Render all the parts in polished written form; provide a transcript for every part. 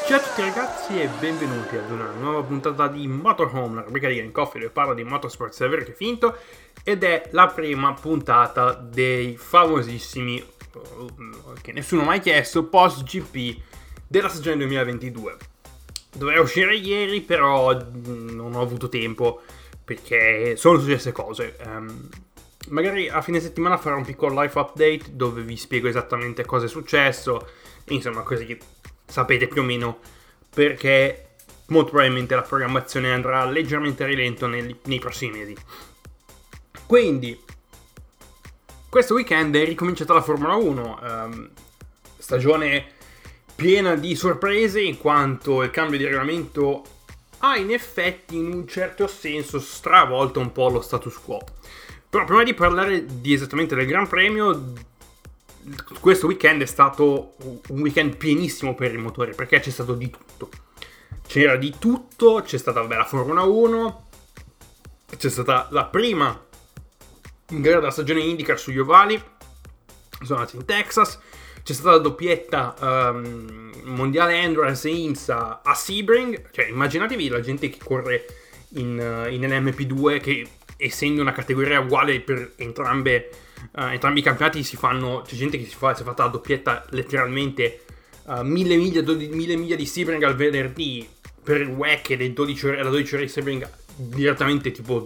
Ciao a tutti ragazzi e benvenuti ad una nuova puntata di Motorhome, la rubrica di Game Coffee dove parlo di motorsport sia vero che finto, ed è la prima puntata dei famosissimi, che nessuno ha mai chiesto, post GP della stagione 2022. Doveva uscire ieri, però non ho avuto tempo perché sono successe cose. Magari a fine settimana farò un piccolo live update dove vi spiego esattamente cosa è successo, insomma così che sapete più o meno perché molto probabilmente la programmazione andrà leggermente a rilento nei prossimi mesi. Quindi questo weekend è ricominciata la Formula 1, stagione piena di sorprese in quanto il cambio di regolamento ha in effetti in un certo senso stravolto un po' lo status quo. Però prima di parlare di esattamente del Gran Premio, questo weekend è stato un weekend pienissimo per i motori perché c'è stato di tutto. C'era di tutto, c'è stata la Formula 1, c'è stata la prima gara della stagione IndyCar sugli ovali, sono andati in Texas, c'è stata la doppietta mondiale Endurance e IMSA a Sebring, cioè immaginatevi la gente che corre in LMP2 che essendo una categoria uguale per entrambi i campionati c'è gente che si è fatta la doppietta letteralmente 1000 miglia di Sebring al venerdì per il WEC e la 12 ore di Sebring direttamente tipo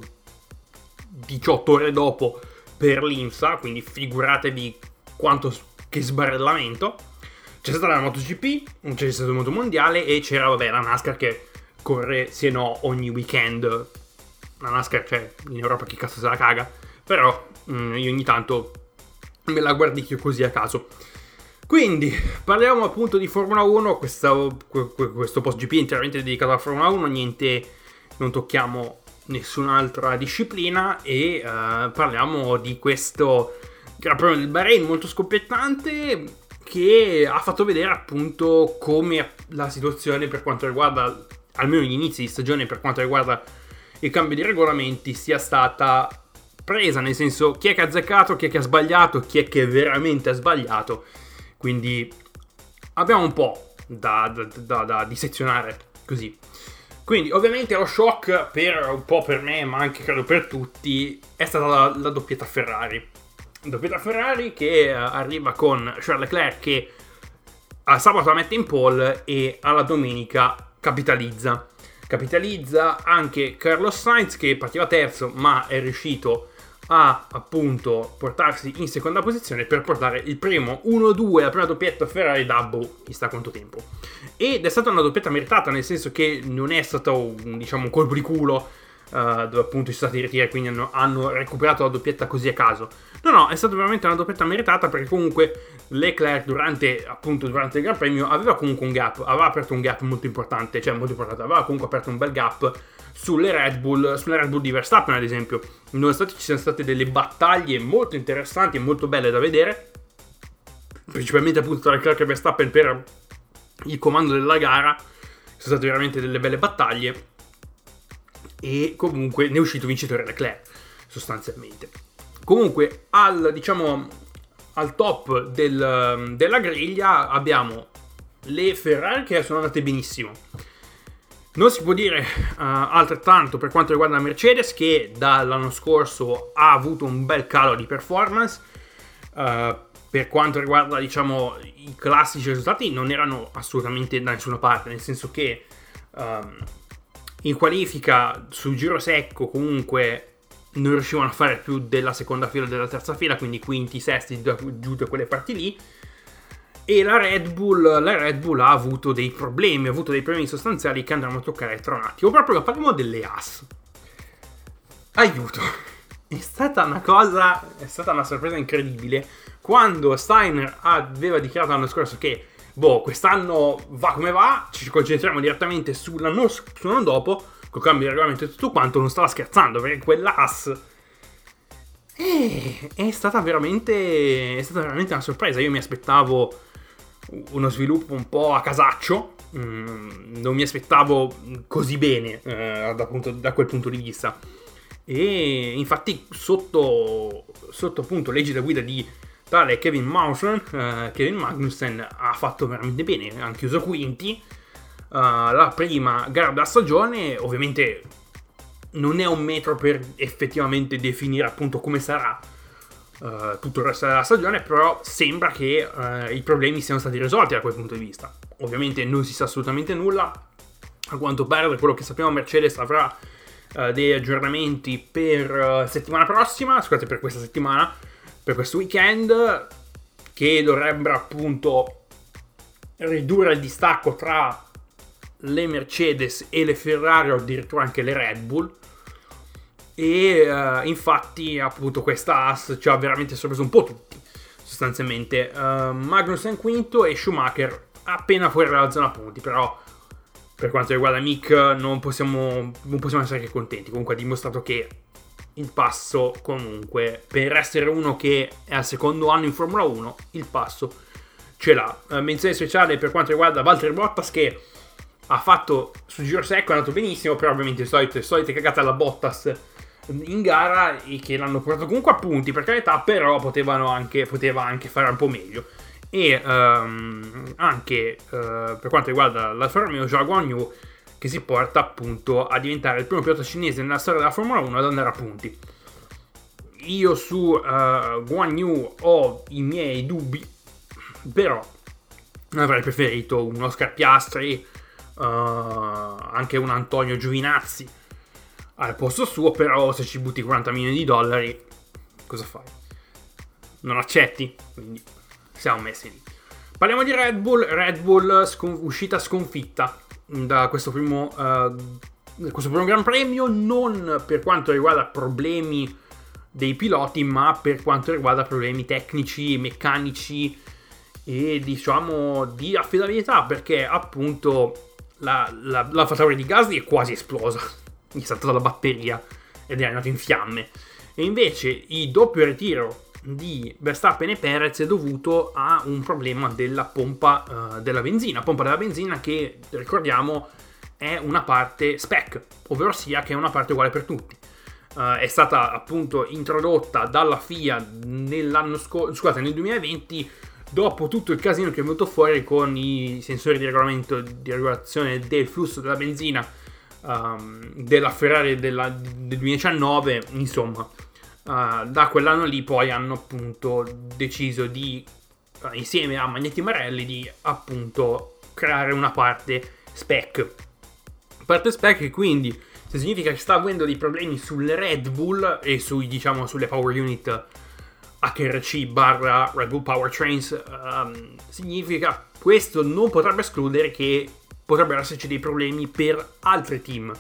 18 ore dopo per l'IMSA, quindi figuratevi quanto che sbarellamento. C'è stata la MotoGP, c'è stato il Moto Mondiale e c'era la NASCAR che corre sì e no ogni weekend. La NASCAR c'è in Europa, chi cazzo se la caga, però io ogni tanto me la guardicchio così a caso. Quindi parliamo appunto di Formula 1, questo post GP interamente dedicato alla Formula 1, non tocchiamo nessun'altra disciplina e parliamo di questo Gran Premio del Bahrain molto scoppiettante che ha fatto vedere appunto come la situazione per quanto riguarda almeno gli inizi di stagione per quanto riguarda il cambio di regolamenti sia stata presa, nel senso chi è che ha azzeccato, chi è che ha sbagliato, chi è che veramente ha sbagliato. Quindi abbiamo un po' da dissezionare così. Quindi ovviamente lo shock un po' per me, ma anche credo per tutti, è stata la doppietta Ferrari. Doppietta Ferrari che arriva con Charles Leclerc che al sabato la mette in pole e alla domenica capitalizza anche Carlos Sainz che partiva terzo ma è riuscito a appunto portarsi in seconda posizione per portare il primo 1-2, la prima doppietta Ferrari da chissà quanto tempo, ed è stata una doppietta meritata, nel senso che non è stato un colpo di culo dove appunto ci sono stati i ritiri, quindi hanno recuperato la doppietta così a caso. No, è stata veramente una doppietta meritata perché comunque Leclerc durante il Gran Premio aveva comunque aveva aperto un gap molto importante, aveva comunque aperto un bel gap sulle Red Bull di Verstappen ad esempio, nonostante ci siano state delle battaglie molto interessanti e molto belle da vedere, principalmente appunto tra Leclerc e Verstappen per il comando della gara. Sono state veramente delle belle battaglie e comunque ne è uscito vincitore Leclerc sostanzialmente. Comunque al top della griglia abbiamo le Ferrari che sono andate benissimo. Non si può dire altrettanto per quanto riguarda la Mercedes che dall'anno scorso ha avuto un bel calo di performance. Per quanto riguarda i classici risultati non erano assolutamente da nessuna parte, nel senso che in qualifica sul giro secco comunque non riuscivano a fare più della seconda fila o della terza fila, quindi quinti, sesti, giù da quelle parti lì. E la Red Bull ha avuto dei problemi sostanziali che andremo a toccare tra un attimo. Proprio parliamo delle Haas. Aiuto! È stata una sorpresa incredibile quando Steiner aveva dichiarato l'anno scorso che quest'anno va come va, ci concentriamo direttamente sull'anno dopo, col cambio di regolamento e tutto quanto. Non stava scherzando, perché quell'Haas è stata veramente una sorpresa. Io mi aspettavo uno sviluppo un po' a casaccio, non mi aspettavo così bene da quel punto di vista, e infatti sotto appunto l'egida guida di tale Kevin Magnussen ha fatto veramente bene, hanno chiuso quinti, la prima gara della stagione. Ovviamente non è un metro per effettivamente definire appunto come sarà tutto il resto della stagione, però sembra che i problemi siano stati risolti da quel punto di vista. Ovviamente non si sa assolutamente nulla. A quanto pare, da quello che sappiamo, Mercedes avrà degli aggiornamenti per settimana prossima, scusate, per questa settimana, per questo weekend, che dovrebbero appunto ridurre il distacco tra le Mercedes e le Ferrari, o addirittura anche le Red Bull. E infatti appunto questa AS ci ha veramente sorpreso un po' tutti, sostanzialmente. Magnussen quinto e Schumacher appena fuori dalla zona punti, però per quanto riguarda Mick non possiamo essere che contenti. Comunque ha dimostrato che il passo, comunque, per essere uno che è al secondo anno in Formula 1, il passo ce l'ha. Menzione speciale per quanto riguarda Valtteri Bottas, che ha fatto sul giro secco, è andato benissimo, però ovviamente le solite cagate alla Bottas in gara, e che l'hanno portato comunque a punti, per carità, però poteva anche fare un po' meglio. E anche per quanto riguarda l'Alfa Romeo, Guan Yu, che si porta appunto a diventare il primo pilota cinese nella storia della Formula 1 ad andare a punti. Io su Guan Yu ho i miei dubbi, però avrei preferito un Oscar Piastri, anche un Antonio Giovinazzi al posto suo. Però se ci butti 40 milioni di dollari, cosa fai? Non accetti? Quindi siamo messi lì. Parliamo di Red Bull uscita sconfitta da questo primo Gran Premio, non per quanto riguarda problemi dei piloti, ma per quanto riguarda problemi tecnici, meccanici e diciamo di affidabilità, perché appunto la Ferrari di Gasly è quasi esplosa, è stata dalla batteria ed è andata in fiamme, e invece il doppio ritiro di Verstappen e Perez è dovuto a un problema della pompa della benzina, che ricordiamo è una parte spec, ovvero sia che è una parte uguale per tutti. È stata appunto introdotta dalla FIA nel 2020, dopo tutto il casino che è venuto fuori con i sensori di regolazione del flusso della benzina della Ferrari del 2019, insomma. Da quell'anno lì poi hanno appunto deciso di insieme a Magneti Marelli di appunto creare una parte spec, che quindi, se significa che sta avendo dei problemi sulle Red Bull e sulle power unit HRC barra Red Bull Powertrains, significa, questo non potrebbe escludere che potrebbero esserci dei problemi per altri team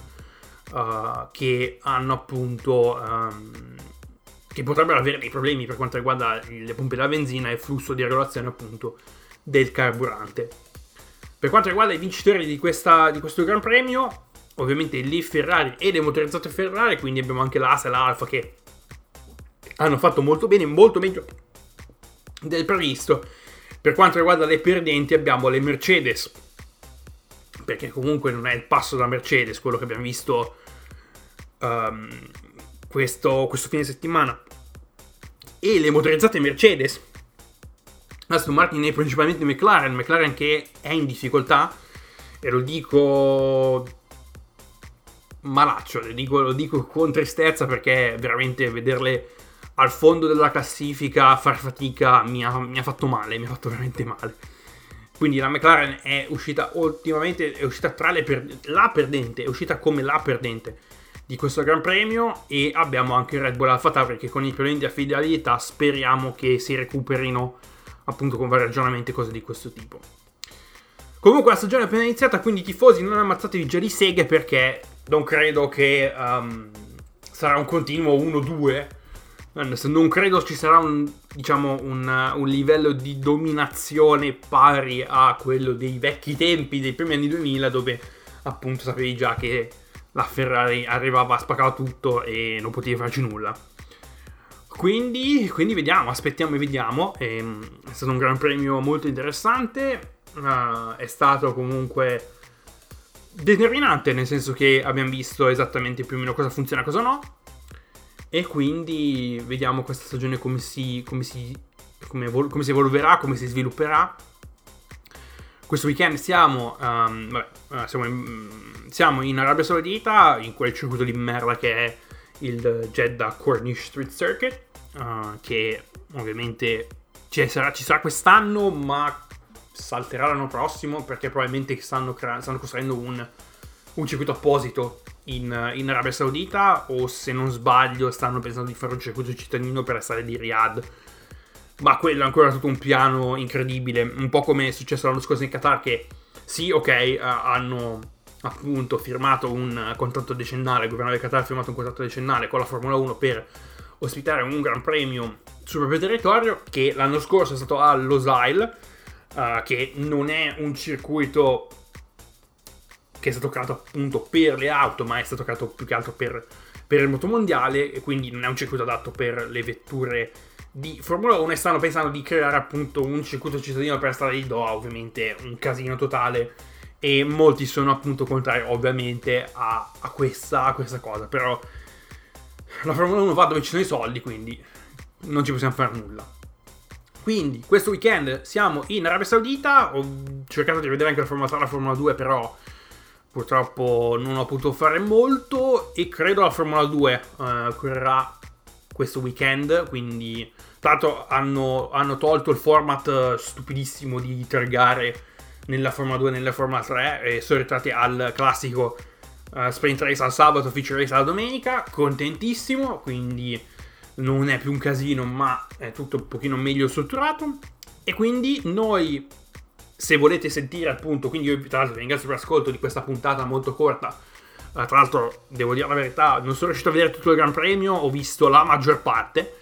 che hanno appunto che potrebbero avere dei problemi per quanto riguarda le pompe della benzina e il flusso di regolazione appunto del carburante. Per quanto riguarda i vincitori di questo Gran Premio, ovviamente le Ferrari e le motorizzate Ferrari, quindi abbiamo anche l'Asa e l'Alfa che hanno fatto molto bene, molto meglio del previsto. Per quanto riguarda le perdenti abbiamo le Mercedes, perché comunque non è il passo da Mercedes quello che abbiamo visto questo fine settimana, e le motorizzate Mercedes, Aston Martin e principalmente McLaren che è in difficoltà, e lo dico malaccio, lo dico con tristezza, perché veramente vederle al fondo della classifica far fatica mi ha fatto male, mi ha fatto veramente male. Quindi la McLaren è uscita ultimamente, è uscita è uscita come la perdente di questo Gran Premio, e abbiamo anche il Red Bull Alfa Tauri che con i problemi di affidabilità speriamo che si recuperino appunto con vari aggiornamenti e cose di questo tipo. Comunque la stagione è appena iniziata, quindi tifosi non ammazzatevi già di seghe, perché non credo che sarà un continuo 1-2. Non credo ci sarà un livello di dominazione pari a quello dei vecchi tempi, dei primi anni 2000, dove appunto sapevi già che la Ferrari arrivava, spaccava tutto e non potevi farci nulla. Quindi vediamo, aspettiamo e vediamo. È stato un Gran Premio molto interessante, è stato comunque determinante, nel senso che abbiamo visto esattamente più o meno cosa funziona e cosa no, e quindi vediamo questa stagione come si evolverà, come si svilupperà. questo weekend siamo in Arabia Saudita, in quel circuito di merda che è il Jeddah Corniche Street Circuit, che ovviamente ci sarà quest'anno, ma salterà l'anno prossimo, perché probabilmente stanno costruendo un circuito apposito in Arabia Saudita, o se non sbaglio stanno pensando di fare un circuito cittadino per la strada di Riyadh. Ma quello è ancora tutto un piano incredibile, un po' come è successo l'anno scorso in Qatar, che sì, ok, hanno appunto firmato un contratto decennale, il governo del Qatar ha firmato un contratto decennale con la Formula 1 per ospitare un gran premio sul proprio territorio, che l'anno scorso è stato a Losail, che non è un circuito che è stato creato appunto per le auto, ma è stato creato più che altro per il motomondiale, e quindi non è un circuito adatto per le vetture di Formula 1, e stanno pensando di creare appunto un circuito cittadino per la strada di Doha. Ovviamente un casino totale, e molti sono appunto contrari ovviamente a questa cosa, però la Formula 1 va dove ci sono i soldi, quindi non ci possiamo fare nulla. Quindi questo weekend siamo in Arabia Saudita, ho cercato di vedere anche la Formula 3 e la Formula 2, però purtroppo non ho potuto fare molto, e credo la Formula 2 correrà questo weekend, quindi tra l'altro hanno tolto il format stupidissimo di 3 gare nella Formula 2 e nella Formula 3, e sono ritornati al classico sprint race al sabato, feature race alla domenica. Contentissimo, quindi non è più un casino, ma è tutto un pochino meglio strutturato. E quindi noi, se volete sentire appunto, quindi io tra l'altro vi ringrazio per l'ascolto di questa puntata molto corta. Tra l'altro devo dire la verità, non sono riuscito a vedere tutto il Gran Premio, ho visto la maggior parte,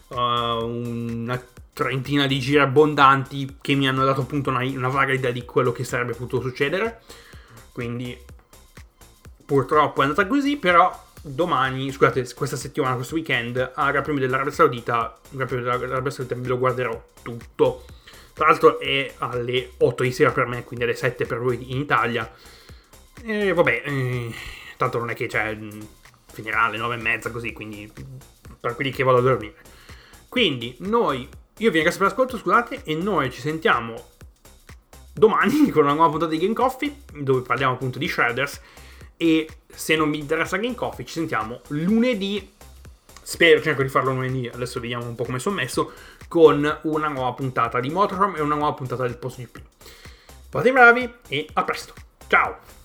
una trentina di giri abbondanti che mi hanno dato appunto una vaga idea di quello che sarebbe potuto succedere, quindi purtroppo è andata così. Però questa settimana, questo weekend, al Gran Premio dell'Arabia Saudita, me lo guarderò tutto. Tra l'altro è alle 8 di sera per me, quindi alle 7 per voi in Italia, e vabbè, tanto non è che finirà alle 9:30 così, quindi per quelli che vado a dormire. Quindi io vi ringrazio per l'ascolto, scusate, e noi ci sentiamo domani con una nuova puntata di Game Coffee, dove parliamo appunto di Shredders, e se non vi interessa Game Coffee ci sentiamo lunedì, cerco di farlo lunedì, adesso vediamo un po' come sono messo, con una nuova puntata di Motorhome e una nuova puntata del post GP. Fate bravi e a presto, ciao!